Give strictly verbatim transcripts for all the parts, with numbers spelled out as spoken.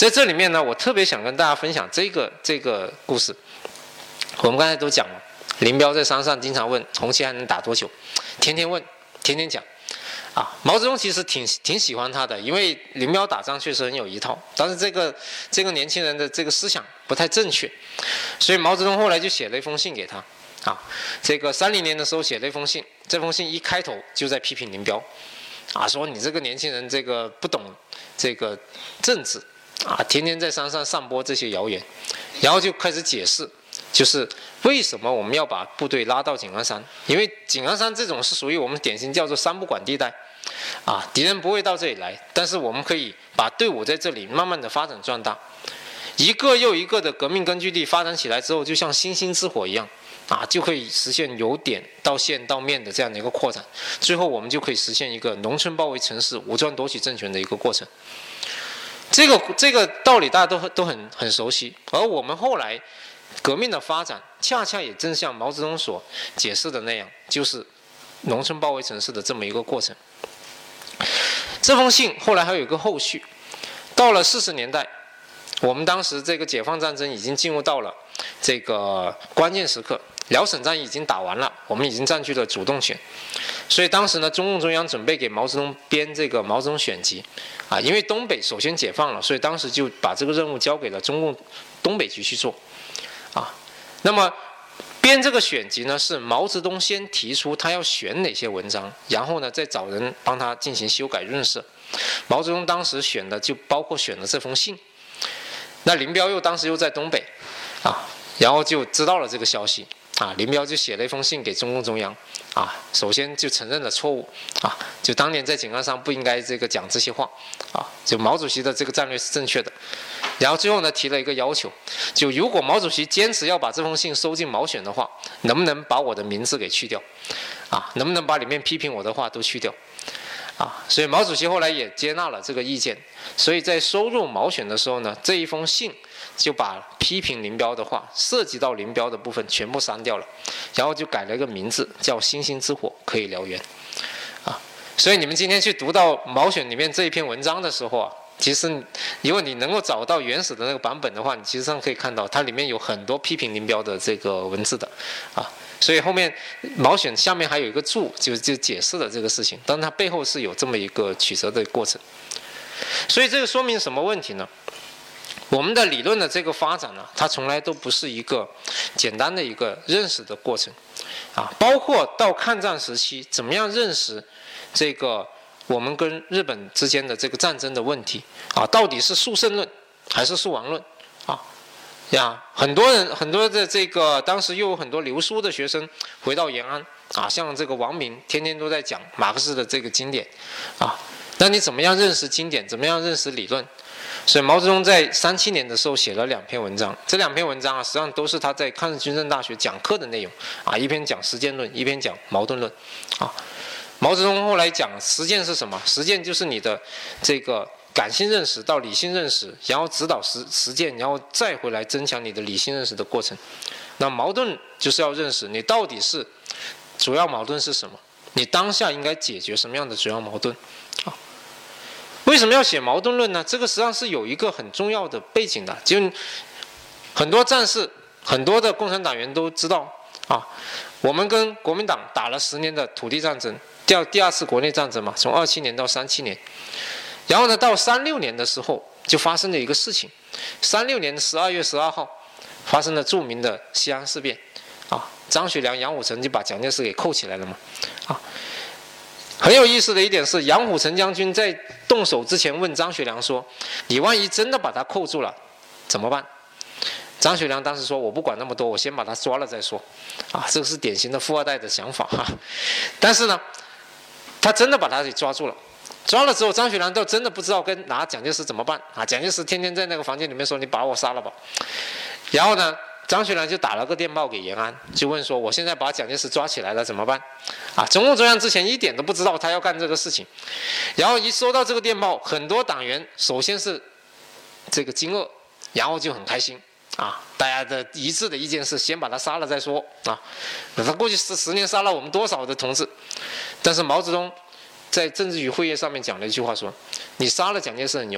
在这里面呢，我特别想跟大家分享这个这个故事。我们刚才都讲了，林彪在山上经常问红旗还能打多久，天天问，天天讲。啊，毛泽东其实挺挺喜欢他的，因为林彪打仗确实很有一套，但是这个这个年轻人的这个思想不太正确，所以毛泽东后来就写了一封信给他。啊，这个三零年的时候写了一封信，这封信一开头就在批评林彪，啊，说你这个年轻人这个不懂这个政治，啊，天天在山上散播这些谣言，然后就开始解释。就是为什么我们要把部队拉到井冈山？因为井冈山这种是属于我们典型叫做三不管地带，啊，敌人不会到这里来，但是我们可以把队伍在这里慢慢的发展壮大，一个又一个的革命根据地发展起来之后，就像星星之火一样，啊，就可以实现由点到线到面的这样的一个扩展，最后我们就可以实现一个农村包围城市、武装夺取政权的一个过程。这个这个道理大家都都很很熟悉，而我们后来革命的发展，恰恰也正像毛泽东所解释的那样，就是农村包围城市的这么一个过程。这封信后来还有一个后续，到了四十年代，我们当时这个解放战争已经进入到了这个关键时刻，辽沈战役已经打完了，我们已经占据了主动权，所以当时呢，中共中央准备给毛泽东编这个毛泽东选集，啊，因为东北首先解放了，所以当时就把这个任务交给了中共东北局去做。啊，那么编这个选集呢，是毛泽东先提出他要选哪些文章，然后呢再找人帮他进行修改润色。毛泽东当时选的就包括选了这封信。那林彪又当时又在东北，啊，然后就知道了这个消息，啊，林彪就写了一封信给中共中央，啊，首先就承认了错误，啊，就当年在井冈山不应该这个讲这些话，啊，就毛主席的这个战略是正确的。然后最后呢提了一个要求，就如果毛主席坚持要把这封信收进毛选的话，能不能把我的名字给去掉，啊，能不能把里面批评我的话都去掉，啊，所以毛主席后来也接纳了这个意见，所以在收入毛选的时候呢，这一封信就把批评林彪的话涉及到林彪的部分全部删掉了，然后就改了一个名字叫星星之火可以燎原，啊，所以你们今天去读到毛选里面这一篇文章的时候啊，其实如果你能够找到原始的那个版本的话，你其实上可以看到它里面有很多批评林彪的这个文字的，啊，所以后面毛选下面还有一个注，就就解释了这个事情，但它背后是有这么一个曲折的过程。所以这个说明什么问题呢？我们的理论的这个发展呢，它从来都不是一个简单的一个认识的过程，啊，包括到抗战时期怎么样认识这个我们跟日本之间的这个战争的问题，啊，到底是速胜论还是速亡论，啊呀，很多人很多的这个当时又有很多留苏的学生回到延安，啊，像这个王明天天都在讲马克思的这个经典，啊，那你怎么样认识经典，怎么样认识理论？所以毛泽东在三七年的时候写了两篇文章，这两篇文章啊，实际上都是他在抗日军政大学讲课的内容，啊，一篇讲实践论，一篇讲矛盾论，啊。毛泽东后来讲实践是什么？实践就是你的这个感性认识到理性认识，然后指导实实践，然后再回来增强你的理性认识的过程。那矛盾就是要认识你到底是主要矛盾是什么，你当下应该解决什么样的主要矛盾啊？为什么要写矛盾论呢？这个实际上是有一个很重要的背景的，就很多战士、很多的共产党员都知道啊，我们跟国民党打了十年的土地战争。第二第二次国内战争嘛，从二七年到三七年，然后呢，到三六年的时候就发生了一个事情。三六年的十二月十二号，发生了著名的西安事变，啊，张学良、杨虎城就把蒋介石给扣起来了嘛，啊，很有意思的一点是，杨虎城将军在动手之前问张学良说：“你万一真的把他扣住了，怎么办？”张学良当时说：“我不管那么多，我先把他抓了再说。”啊，这个是典型的富二代的想法哈。但是呢，他真的把他给抓住了。抓了之后，张学良倒真的不知道跟拿蒋介石怎么办啊！蒋介石天天在那个房间里面说：“你把我杀了吧。”然后呢，张学良就打了个电报给延安，就问说：“我现在把蒋介石抓起来了怎么办？”啊，中共中央之前一点都不知道他要干这个事情。然后一收到这个电报，很多党员首先是这个惊愕，然后就很开心。啊，大家的一致的意见是先把他杀了再说啊！他过去十十年杀了我们多少的同志？但是毛泽东在政治局会议上面讲了一句话说：“你杀了蒋介石很容易，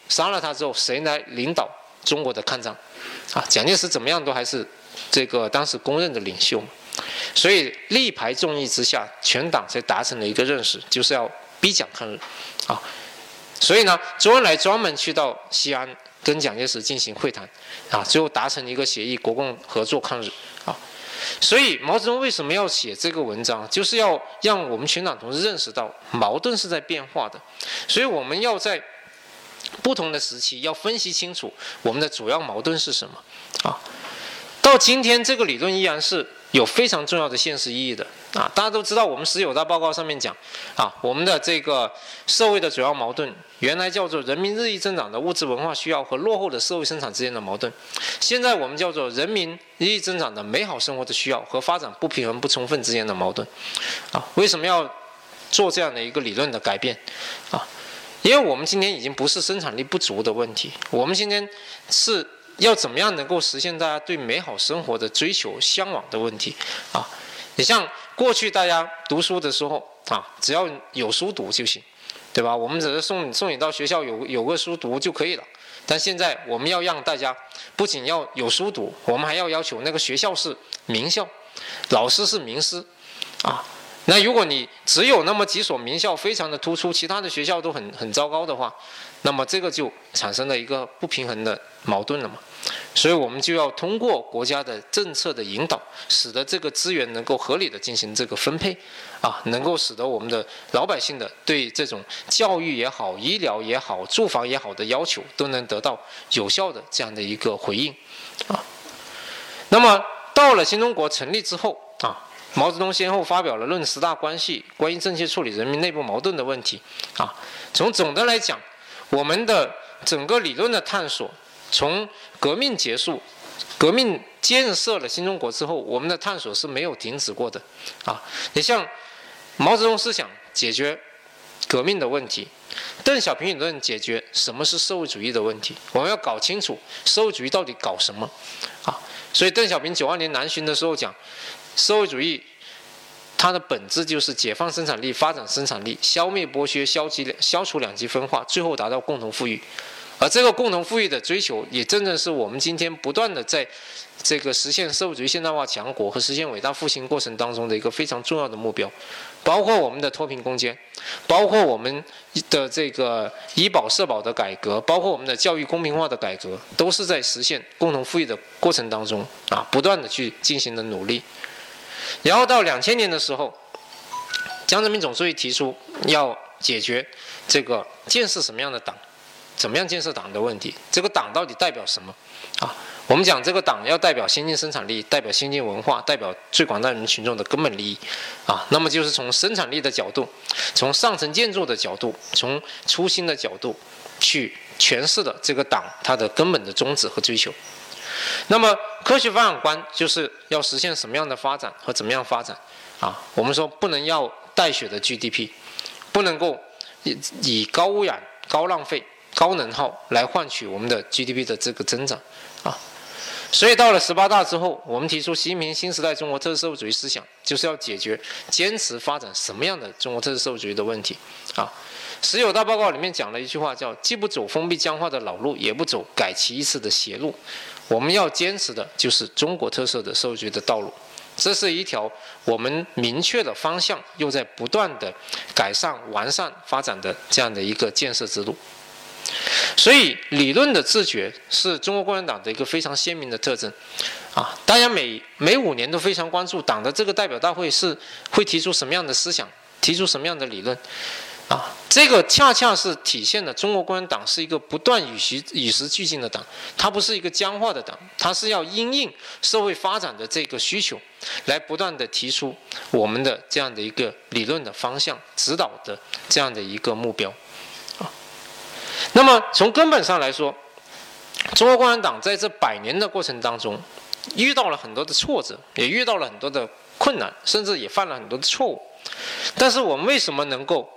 杀了他之后，谁来领导中国的抗战？啊，蒋介石怎么样都还是这个当时公认的领袖嘛。所以力排众议之下，全党才达成了一个认识，就是要逼蒋抗日。啊，所以呢，周恩来专门去到西安跟蒋介石进行会谈，啊，最后达成一个协议，国共合作抗日。啊。所以毛泽东为什么要写这个文章，就是要让我们全党同志认识到矛盾是在变化的，所以我们要在不同的时期要分析清楚我们的主要矛盾是什么啊。到今天这个理论依然是有非常重要的现实意义的啊！大家都知道，我们十九大报告上面讲啊，我们的这个社会的主要矛盾原来叫做人民日益增长的物质文化需要和落后的社会生产之间的矛盾，现在我们叫做人民日益增长的美好生活的需要和发展不平衡不充分之间的矛盾啊。为什么要做这样的一个理论的改变啊？因为我们今天已经不是生产力不足的问题，我们今天是要怎么样能够实现大家对美好生活的追求向往的问题啊。你像过去大家读书的时候啊，只要有书读就行，对吧？我们只是送送你到学校有有个书读就可以了。但现在我们要让大家不仅要有书读，我们还要要求那个学校是名校，老师是名师啊。那如果你只有那么几所名校非常的突出，其他的学校都很很糟糕的话，那么这个就产生了一个不平衡的矛盾了嘛。所以我们就要通过国家的政策的引导，使得这个资源能够合理的进行这个分配啊，能够使得我们的老百姓的对这种教育也好、医疗也好、住房也好的要求都能得到有效的这样的一个回应啊。那么到了新中国成立之后啊，毛泽东先后发表了《论十大关系》关于正确处理人民内部矛盾的问题啊。从总的来讲，我们的整个理论的探索，从革命结束、革命建设了新中国之后，我们的探索是没有停止过的啊。你像毛泽东思想解决革命的问题，邓小平理论解决什么是社会主义的问题，我们要搞清楚社会主义到底搞什么啊。所以邓小平九二年南巡的时候讲，社会主义它的本质就是解放生产力、发展生产力、消灭剥削、消极消除两极分化，最后达到共同富裕。而这个共同富裕的追求，也真正是我们今天不断的在这个实现社会主义现代化强国和实现伟大复兴过程当中的一个非常重要的目标。包括我们的脱贫攻坚，包括我们的这个医保社保的改革，包括我们的教育公平化的改革，都是在实现共同富裕的过程当中啊，不断的去进行的努力。然后到两千年的时候，江泽民总书记提出要解决这个建设什么样的党，怎么样建设党的问题，这个党到底代表什么啊？我们讲这个党要代表先进生产力，代表先进文化，代表最广大人民群众的根本利益啊。那么就是从生产力的角度，从上层建筑的角度，从初心的角度去诠释的这个党它的根本的宗旨和追求。那么科学发展观就是要实现什么样的发展和怎么样发展啊？我们说不能要带血的 G D P， 不能够以高污染、高浪费、高能耗来换取我们的 G D P 的这个增长啊。所以到了十八大之后，我们提出习近平新时代中国特色社会主义思想，就是要解决坚持发展什么样的中国特色社会主义的问题啊。十九大报告里面讲了一句话，叫既不走封闭僵化的老路，也不走改其意思的邪路。我们要坚持的就是中国特色的社会主义的道路，这是一条我们明确的方向，又在不断的改善、完善、发展的这样的一个建设之路。所以理论的自觉是中国共产党的一个非常鲜明的特征啊！大家每每五年都非常关注党的这个代表大会是会提出什么样的思想，提出什么样的理论啊？这个恰恰是体现了中国共产党是一个不断与时与时俱进的党，它不是一个僵化的党，它是要因应社会发展的这个需求，来不断的提出我们的这样的一个理论的方向、指导的这样的一个目标。那么从根本上来说，中国共产党在这百年的过程当中，遇到了很多的挫折，也遇到了很多的困难，甚至也犯了很多的错误。但是我们为什么能够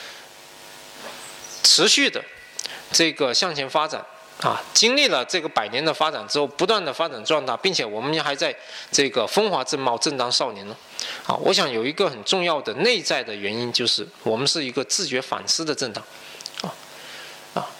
持续的这个向前发展啊？经历了这个百年的发展之后，不断的发展壮大，并且我们还在这个风华正茂、正当少年呢？啊，我想有一个很重要的内在的原因，就是我们是一个自觉反思的政党。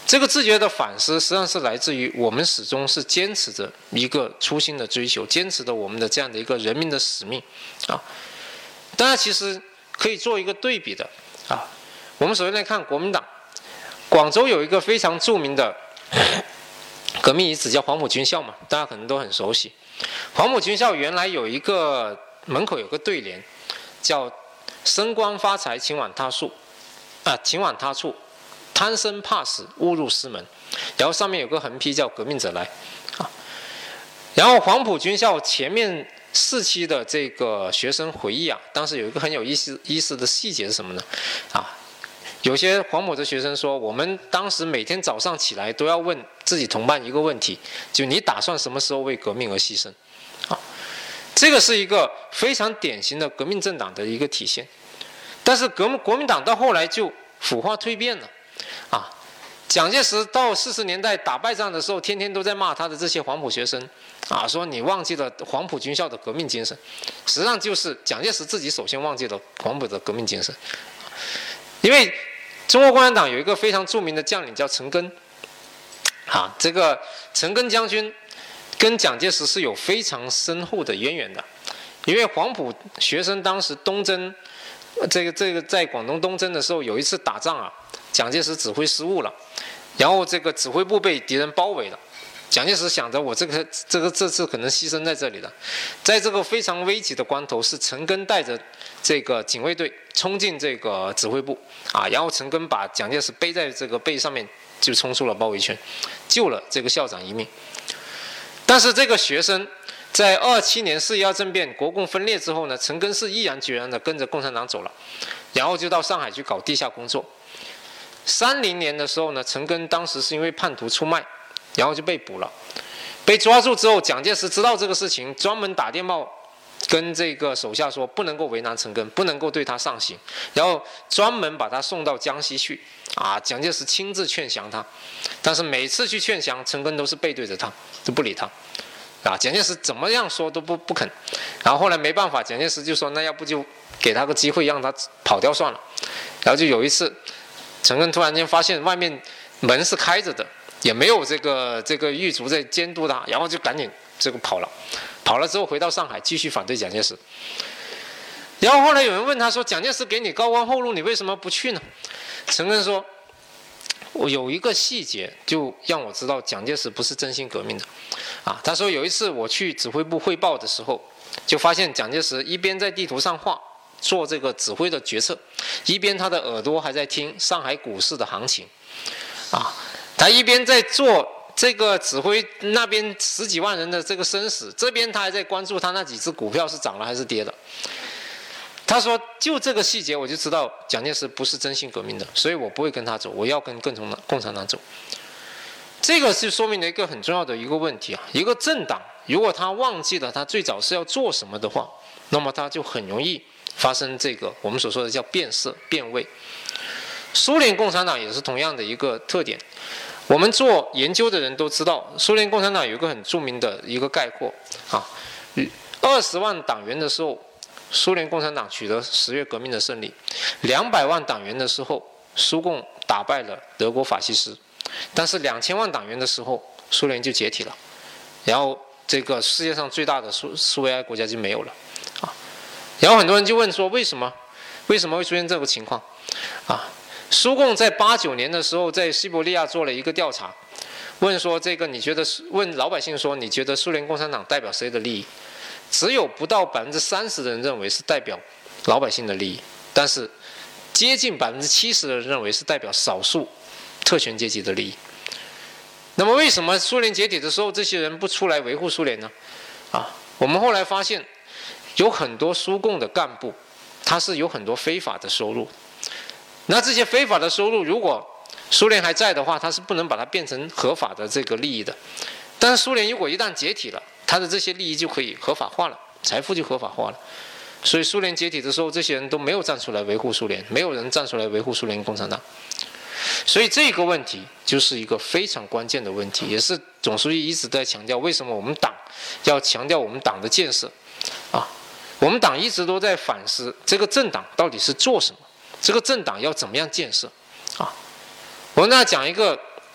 这个自觉的反思，实际上是来自于我们始终是坚持着一个初心的追求，坚持着我们的这样的一个人民的使命啊。当然，其实可以做一个对比的啊。我们首先来看国民党，广州有一个非常著名的革命遗址叫黄埔军校嘛，大家可能都很熟悉。黄埔军校原来有一个门口有个对联，叫“升官发财秦晚他处，啊秦晚他处，贪生怕死误入师门”，然后上面有个横批叫“革命者来”啊。然后黄埔军校前面四期的这个学生回忆啊，当时有一个很有意思意思的细节是什么呢？啊，有些黄埔的学生说，我们当时每天早上起来都要问自己同伴一个问题，就你打算什么时候为革命而牺牲？啊，这个是一个非常典型的革命政党的一个体现。但是革国民党到后来就腐化蜕变了，啊，蒋介石到四十年代打败仗的时候，天天都在骂他的这些黄埔学生，啊，说你忘记了黄埔军校的革命精神。实际上就是蒋介石自己首先忘记了黄埔的革命精神，因为中国共产党有一个非常著名的将领叫陈赓，啊，这个陈赓将军跟蒋介石是有非常深厚的渊源的，因为黄埔学生当时东征，这个这个在广东东征的时候，有一次打仗啊，蒋介石指挥失误了，然后这个指挥部被敌人包围了。蒋介石想着我这个这个这次可能牺牲在这里了，在这个非常危急的关头，是陈赓带着这个警卫队冲进这个指挥部啊，然后陈赓把蒋介石背在这个背上面，就冲出了包围圈，救了这个校长一命。但是这个学生在二七年四一二政变国共分裂之后呢，陈赓是毅然决然的跟着共产党走了，然后就到上海去搞地下工作。三零年的时候呢，陈赓当时是因为叛徒出卖，然后就被捕了。被抓住之后，蒋介石知道这个事情，专门打电报跟这个手下说，不能够为难陈赓，不能够对他上刑，然后专门把他送到江西去。啊，蒋介石亲自劝降他，但是每次去劝降，陈赓都是背对着他，都不理他。啊，蒋介石怎么样说都不不肯。然后后来没办法，蒋介石就说，那要不就给他个机会，让他跑掉算了。然后就有一次，陈赓突然间发现外面门是开着的，也没有这个这个狱卒在监督他，然后就赶紧这个跑了。跑了之后回到上海，继续反对蒋介石。然后后来有人问他说，蒋介石给你高官厚禄，你为什么不去呢？陈赓说，我有一个细节就让我知道蒋介石不是真心革命的啊。他说有一次我去指挥部汇报的时候，就发现蒋介石一边在地图上画做这个指挥的决策，一边他的耳朵还在听上海股市的行情啊。他一边在做这个指挥那边十几万人的这个生死，这边他还在关注他那几只股票是涨了还是跌的。他说就这个细节我就知道蒋介石不是真心革命的，所以我不会跟他走，我要跟共产党共产党走。这个是说明了一个很重要的一个问题啊，一个政党如果他忘记了他最早是要做什么的话，那么他就很容易发生这个我们所说的叫变色变味。苏联共产党也是同样的一个特点，我们做研究的人都知道，苏联共产党有一个很著名的一个概括啊，二十万党员的时候，苏联共产党取得十月革命的胜利；两百万党员的时候，苏共打败了德国法西斯；但是两千万党员的时候，苏联就解体了，然后这个世界上最大的苏苏维埃国家就没有了啊。然后很多人就问说，为什么为什么会出现这个情况啊？苏共在八九年的时候，在西伯利亚做了一个调查，问说这个你觉得问老百姓说，你觉得苏联共产党代表谁的利益？只有不到百分之三十的人认为是代表老百姓的利益，但是接近百分之七十的人认为是代表少数特权阶级的利益。那么为什么苏联解体的时候，这些人不出来维护苏联呢？啊，我们后来发现，有很多苏共的干部，他是有很多非法的收入。那这些非法的收入，如果苏联还在的话，他是不能把它变成合法的这个利益的。但是苏联如果一旦解体了，他的这些利益就可以合法化了，财富就合法化了。所以苏联解体的时候，这些人都没有站出来维护苏联，没有人站出来维护苏联共产党。所以这个问题就是一个非常关键的问题，也是总书记一直在强调，为什么我们党要强调我们党的建设啊？我们党一直都在反思这个政党到底是做什么，这个政党要怎么样建设啊？我跟大家讲一个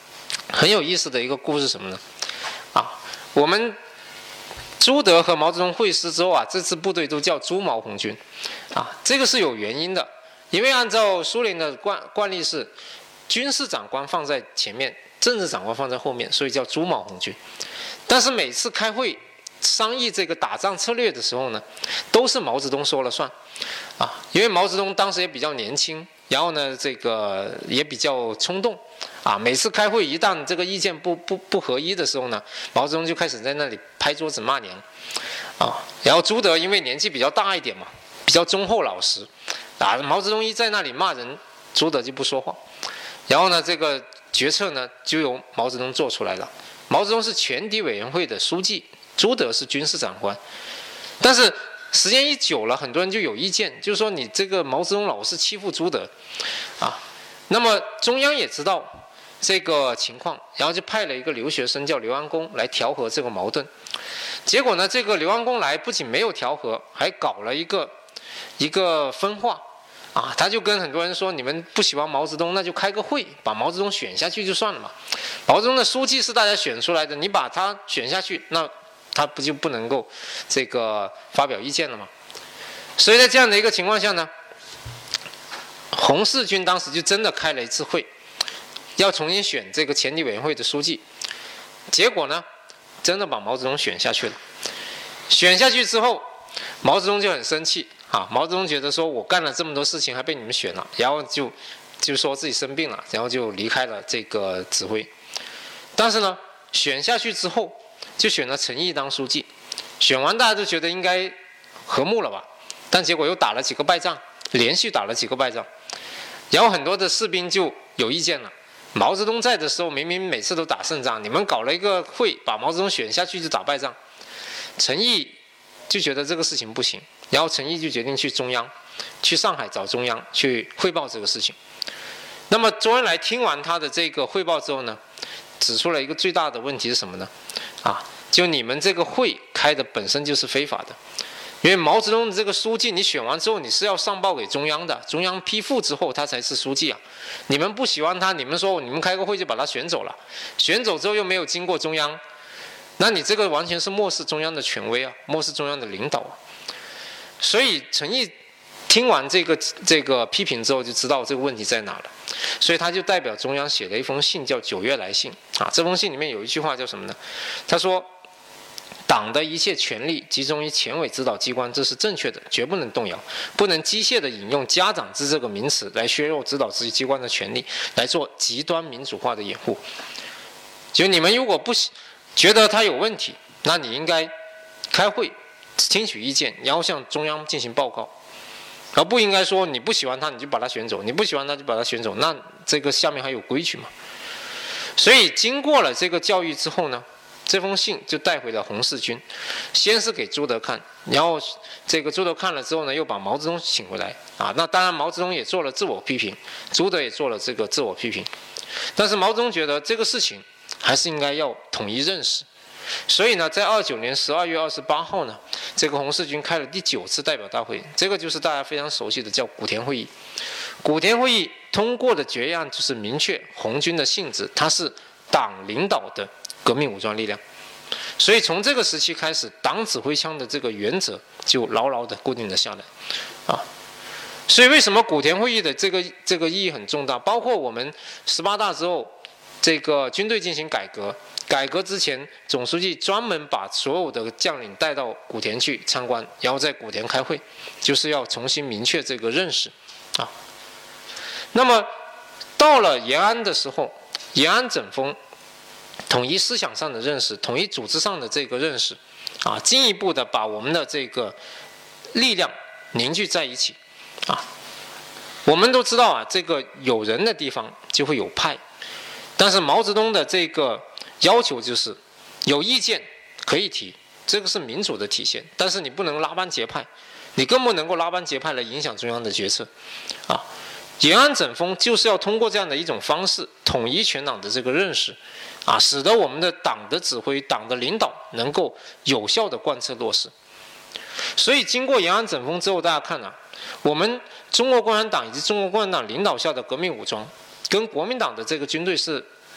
很有意思的一个故事什么呢？啊，我们朱德和毛泽东会师之后啊，这支部队都叫朱毛红军，啊，这个是有原因的，因为按照苏联的惯惯例是，军事长官放在前面，政治长官放在后面，所以叫朱毛红军。但是每次开会商议这个打仗策略的时候呢，都是毛泽东说了算，啊，因为毛泽东当时也比较年轻，然后呢，这个也比较冲动。啊，每次开会一旦这个意见不不不合一的时候呢，毛泽东就开始在那里拍桌子骂娘，啊，然后朱德因为年纪比较大一点嘛，比较忠厚老实，啊，毛泽东一在那里骂人，朱德就不说话，然后呢，这个决策呢就由毛泽东做出来了。毛泽东是全体委员会的书记，朱德是军事长官，但是时间一久了，很多人就有意见，就是说你这个毛泽东老是欺负朱德，啊，那么中央也知道这个情况，然后就派了一个留学生叫刘安恭来调和这个矛盾。结果呢，这个刘安恭来不仅没有调和，还搞了一个一个分化啊，他就跟很多人说，你们不喜欢毛泽东，那就开个会，把毛泽东选下去就算了嘛。毛泽东的书记是大家选出来的，你把他选下去，那他不就不能够这个发表意见了吗？所以在这样的一个情况下呢，红四军当时就真的开了一次会，要重新选这个全体委员会的书记，结果呢，真的把毛泽东选下去了。选下去之后，毛泽东就很生气啊！毛泽东觉得说，我干了这么多事情，还被你们选了，然后就就说自己生病了，然后就离开了这个指挥。但是呢，选下去之后，就选了陈毅当书记。选完大家都觉得应该和睦了吧？但结果又打了几个败仗，连续打了几个败仗，然后很多的士兵就有意见了。毛泽东在的时候，明明每次都打胜仗，你们搞了一个会，把毛泽东选下去就打败仗。陈毅就觉得这个事情不行，然后陈毅就决定去中央，去上海找中央去汇报这个事情。那么周恩来听完他的这个汇报之后呢，指出了一个最大的问题是什么呢？啊，就你们这个会开的本身就是非法的。因为毛泽东的这个书记，你选完之后你是要上报给中央的，中央批复之后他才是书记啊。你们不喜欢他，你们说你们开个会就把他选走了，选走之后又没有经过中央，那你这个完全是漠视中央的权威啊，漠视中央的领导啊。所以陈毅听完这个这个批评之后，就知道这个问题在哪了，所以他就代表中央写了一封信，叫《九月来信》啊。这封信里面有一句话叫什么呢？他说，党的一切权力集中于前委指导机关，这是正确的，绝不能动摇，不能机械地引用家长制这个名词来削弱指导机关的权力，来做极端民主化的掩护。就你们如果不觉得他有问题，那你应该开会听取意见，然后向中央进行报告，而不应该说你不喜欢他你就把他选走，你不喜欢他就把他选走，那这个下面还有规矩嘛。所以经过了这个教育之后呢，这封信就带回了红四军，先是给朱德看，然后这个朱德看了之后呢，又把毛泽东请回来啊。那当然毛泽东也做了自我批评，朱德也做了这个自我批评，但是毛泽东觉得这个事情还是应该要统一认识，所以呢，在二九年十二月二十八号呢，这个红四军开了第九次代表大会，这个就是大家非常熟悉的叫古田会议。古田会议通过的决议案就是明确红军的性质，它是党领导的革命武装力量，所以从这个时期开始，党指挥枪的这个原则就牢牢地固定了下来，啊，所以为什么古田会议的这个这个意义很重大？包括我们十八大之后，这个军队进行改革，改革之前，总书记专门把所有的将领带到古田去参观，然后在古田开会，就是要重新明确这个认识，啊。那么到了延安的时候，延安整风，统一思想上的认识，统一组织上的这个认识，啊，进一步的把我们的这个力量凝聚在一起，啊，我们都知道啊，这个有人的地方就会有派，但是毛泽东的这个要求就是有意见可以提，这个是民主的体现，但是你不能拉帮结派，你更不能够拉帮结派来影响中央的决策，啊。延安整风就是要通过这样的一种方式，统一全党的这个认识，啊，使得我们的党的指挥、党的领导能够有效的贯彻落实。所以经过延安整风之后，大家看啊，我们中国共产党以及中国共产党领导下的革命武装，跟国民党的这个军队是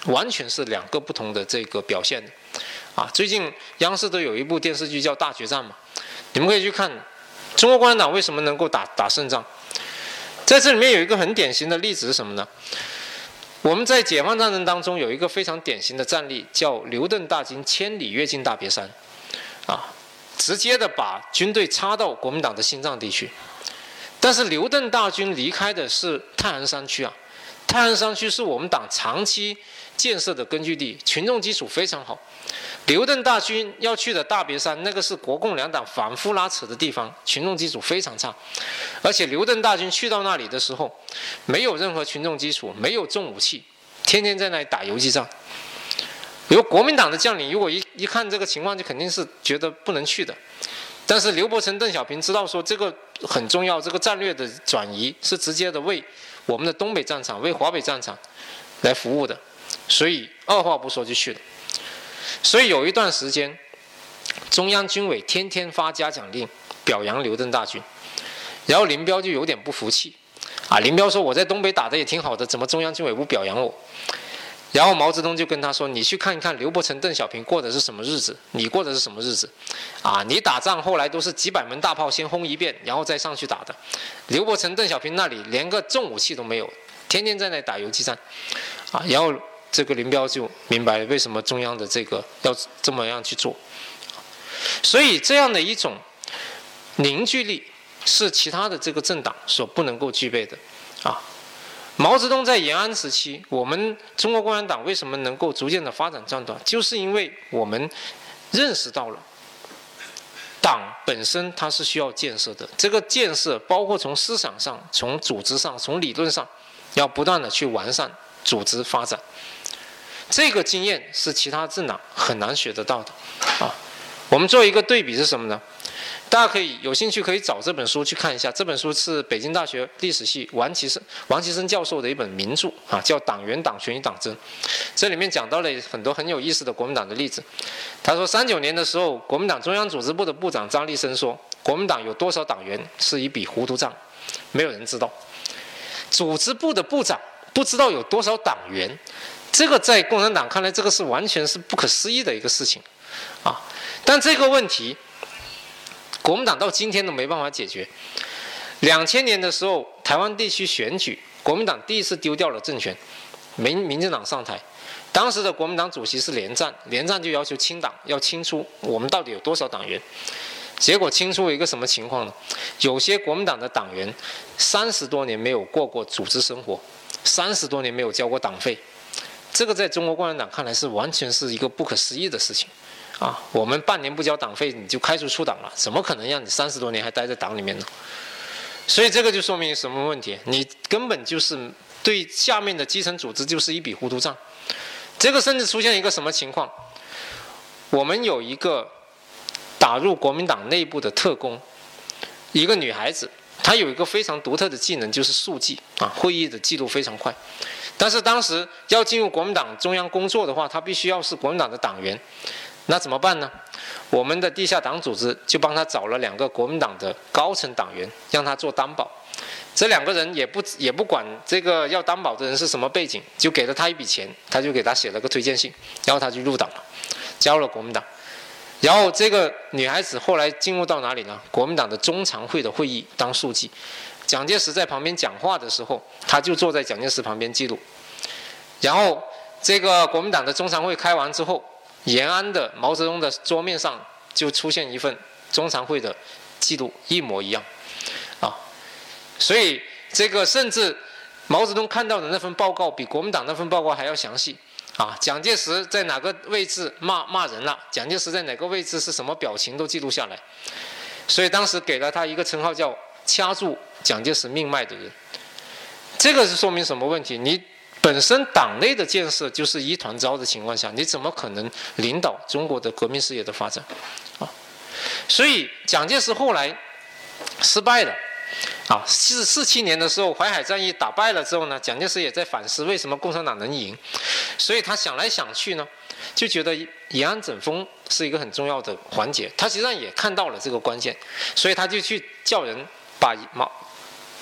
完全是两个不同的这个表现的。啊，最近央视都有一部电视剧叫《大决战》嘛，你们可以去看中国共产党为什么能够打打胜仗。在这里面有一个很典型的例子是什么呢？我们在解放战争当中有一个非常典型的战例，叫刘邓大军千里跃进大别山，啊，直接的把军队插到国民党的心脏地区。但是刘邓大军离开的是太行山区啊，太行山区是我们党长期建设的根据地，群众基础非常好。刘邓大军要去的大别山，那个是国共两党反复拉扯的地方，群众基础非常差。而且刘邓大军去到那里的时候，没有任何群众基础，没有重武器，天天在那里打游击战。有国民党的将领，如果一一看这个情况，就肯定是觉得不能去的。但是刘伯承、邓小平知道说这个很重要，这个战略的转移是直接的为我们的东北战场、为华北战场来服务的，所以二话不说就去了。所以有一段时间，中央军委天天发嘉奖令表扬刘邓大军，然后林彪就有点不服气，啊，林彪说我在东北打得也挺好的，怎么中央军委不表扬我？然后毛泽东就跟他说，你去看一看刘伯承、邓小平过的是什么日子，你过的是什么日子？啊，你打仗后来都是几百门大炮先轰一遍，然后再上去打的。刘伯承、邓小平那里连个重武器都没有，天天在那打游击战，啊，然后这个林彪就明白了为什么中央的这个要这么样去做。所以这样的一种凝聚力是其他的这个政党所不能够具备的，啊。毛泽东在延安时期，我们中国共产党为什么能够逐渐的发展壮大，就是因为我们认识到了党本身它是需要建设的，这个建设包括从思想上、从组织上、从理论上，要不断的去完善组织发展。这个经验是其他政党很难学得到的啊。我们做一个对比是什么呢？大家可以有兴趣可以找这本书去看一下，这本书是北京大学历史系王岐生王岐生教授的一本名著啊，叫《党员、党权与党争》。这里面讲到了很多很有意思的国民党的例子。他说，三九年的时候，国民党中央组织部的部长张立生说，国民党有多少党员是一笔糊涂账，没有人知道。组织部的部长不知道有多少党员，这个在共产党看来，这个是完全是不可思议的一个事情啊。但这个问题，国民党到今天都没办法解决。两千年的时候，台湾地区选举，国民党第一次丢掉了政权，民民进党上台。当时的国民党主席是连战，连战就要求清党，要清出我们到底有多少党员。结果清出了一个什么情况呢？有些国民党的党员三十多年没有过过组织生活，三十多年没有交过党费，这个在中国共产党看来是完全是一个不可思议的事情。啊，我们半年不交党费你就开除出党了，怎么可能让你三十多年还待在党里面呢？所以这个就说明什么问题？你根本就是对下面的基层组织就是一笔糊涂账。这个甚至出现一个什么情况？我们有一个打入国民党内部的特工，一个女孩子，她有一个非常独特的技能，就是速记啊，会议的记录非常快。但是当时要进入国民党中央工作的话，她必须要是国民党的党员。那怎么办呢？我们的地下党组织就帮他找了两个国民党的高层党员，让他做担保。这两个人也不也不管这个要担保的人是什么背景，就给了他一笔钱，他就给他写了个推荐信，然后他就入党了，加入了国民党。然后这个女孩子后来进入到哪里呢？国民党的中常会的会议当书记。蒋介石在旁边讲话的时候，他就坐在蒋介石旁边记录。然后这个国民党的中常会开完之后，延安的毛泽东的桌面上就出现一份中常会的记录，一模一样，啊，所以这个甚至毛泽东看到的那份报告比国民党那份报告还要详细，啊，蒋介石在哪个位置骂骂人了，蒋介石在哪个位置是什么表情都记录下来，所以当时给了他一个称号叫掐住蒋介石命脉的人。这个是说明什么问题？你本身党内的建设就是一团糟的情况下，你怎么可能领导中国的革命事业的发展啊？所以蒋介石后来失败了啊，四四七年的时候淮海战役打败了之后呢，蒋介石也在反思为什么共产党能赢，所以他想来想去呢，就觉得延安整风是一个很重要的环节，他实际上也看到了这个关键，所以他就去叫人把毛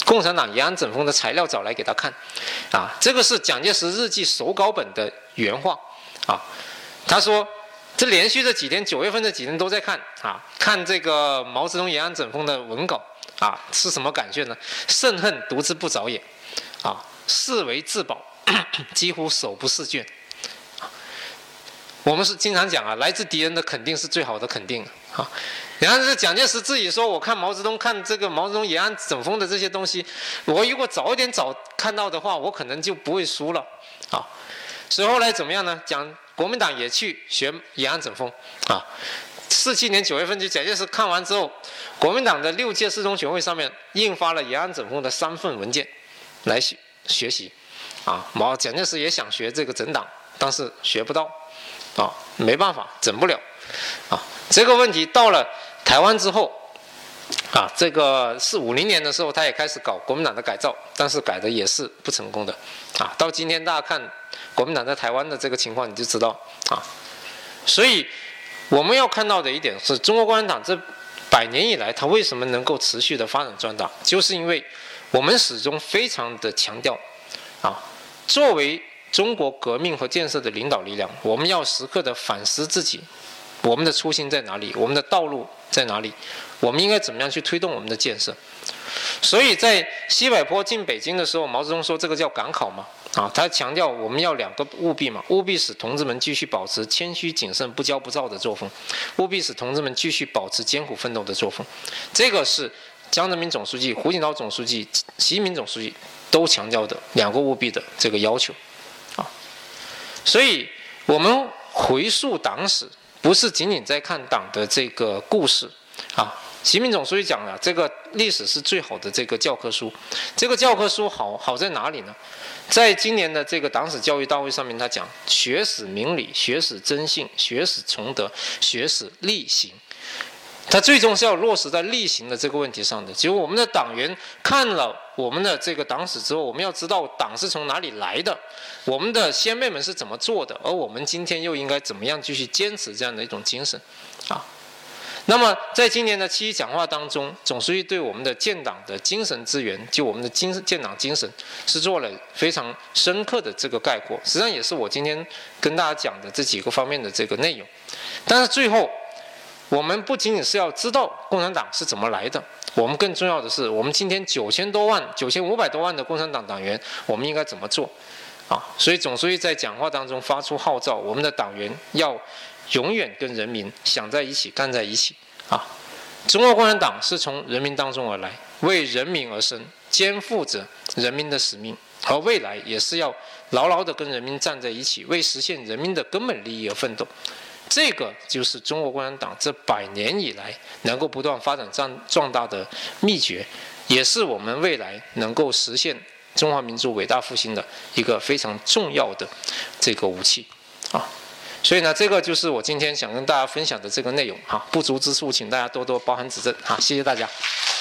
共产党延安整风的材料找来给他看，啊，这个是蒋介石日记手稿本的原话，啊，他说这连续这几天，九月份这几天都在看啊，看这个毛泽东延安整风的文稿啊，是什么感觉呢？甚恨读之不着也，啊，视为至宝，几乎手不释卷。我们是经常讲啊，来自敌人的肯定是最好的肯定啊。然后是蒋介石自己说，我看毛泽东看这个毛泽东延安整风的这些东西，我如果早一点早看到的话，我可能就不会输了啊。所以后来怎么样呢？讲国民党也去学延安整风啊。四七年九月份，就蒋介石看完之后，国民党的六届四中全会上面印发了延安整风的三份文件来学学习啊。毛蒋介石也想学这个整党，但是学不到。啊，没办法，整不了，啊，这个问题到了台湾之后，啊，这个是五零年的时候，他也开始搞国民党的改造，但是改的也是不成功的，啊，到今天大家看国民党在台湾的这个情况，你就知道，啊，所以我们要看到的一点是中国共产党这百年以来，它为什么能够持续的发展壮大，就是因为我们始终非常的强调，啊，作为中国革命和建设的领导力量，我们要时刻的反思自己，我们的初心在哪里，我们的道路在哪里，我们应该怎么样去推动我们的建设。所以在西柏坡进北京的时候，毛泽东说这个叫赶考嘛，啊，他强调我们要两个务必嘛，务必使同志们继续保持谦虚谨慎、不骄不躁的作风，务必使同志们继续保持艰苦奋斗的作风。这个是江泽民总书记、胡锦涛总书记、习近平总书记都强调的两个务必的这个要求。所以我们回溯党史，不是仅仅在看党的这个故事啊。习近平总书记讲了，这个历史是最好的这个教科书。这个教科书好好在哪里呢？在今年的这个党史教育大会上面，他讲学史明理，学史真信，学史崇德，学史力行。它最终是要落实在力行的这个问题上的。结果我们的党员看了我们的这个党史之后，我们要知道党是从哪里来的，我们的先辈们是怎么做的，而我们今天又应该怎么样继续坚持这样的一种精神啊。那么在今年的七一讲话当中，总书记对我们的建党的精神资源，就我们的精建党精神，是做了非常深刻的这个概括，实际上也是我今天跟大家讲的这几个方面的这个内容。但是最后我们不仅仅是要知道共产党是怎么来的，我们更重要的是，我们今天九千多万、九千五百多万的共产党党员，我们应该怎么做？啊，所以总书记在讲话当中发出号召，我们的党员要永远跟人民想在一起、干在一起。啊，中国共产党是从人民当中而来，为人民而生，肩负着人民的使命，而未来也是要牢牢地跟人民站在一起，为实现人民的根本利益而奋斗。这个就是中国共产党这百年以来能够不断发展壮壮大的秘诀，也是我们未来能够实现中华民族伟大复兴的一个非常重要的这个武器啊。所以呢，这个就是我今天想跟大家分享的这个内容哈，不足之处请大家多多包涵指正哈，谢谢大家。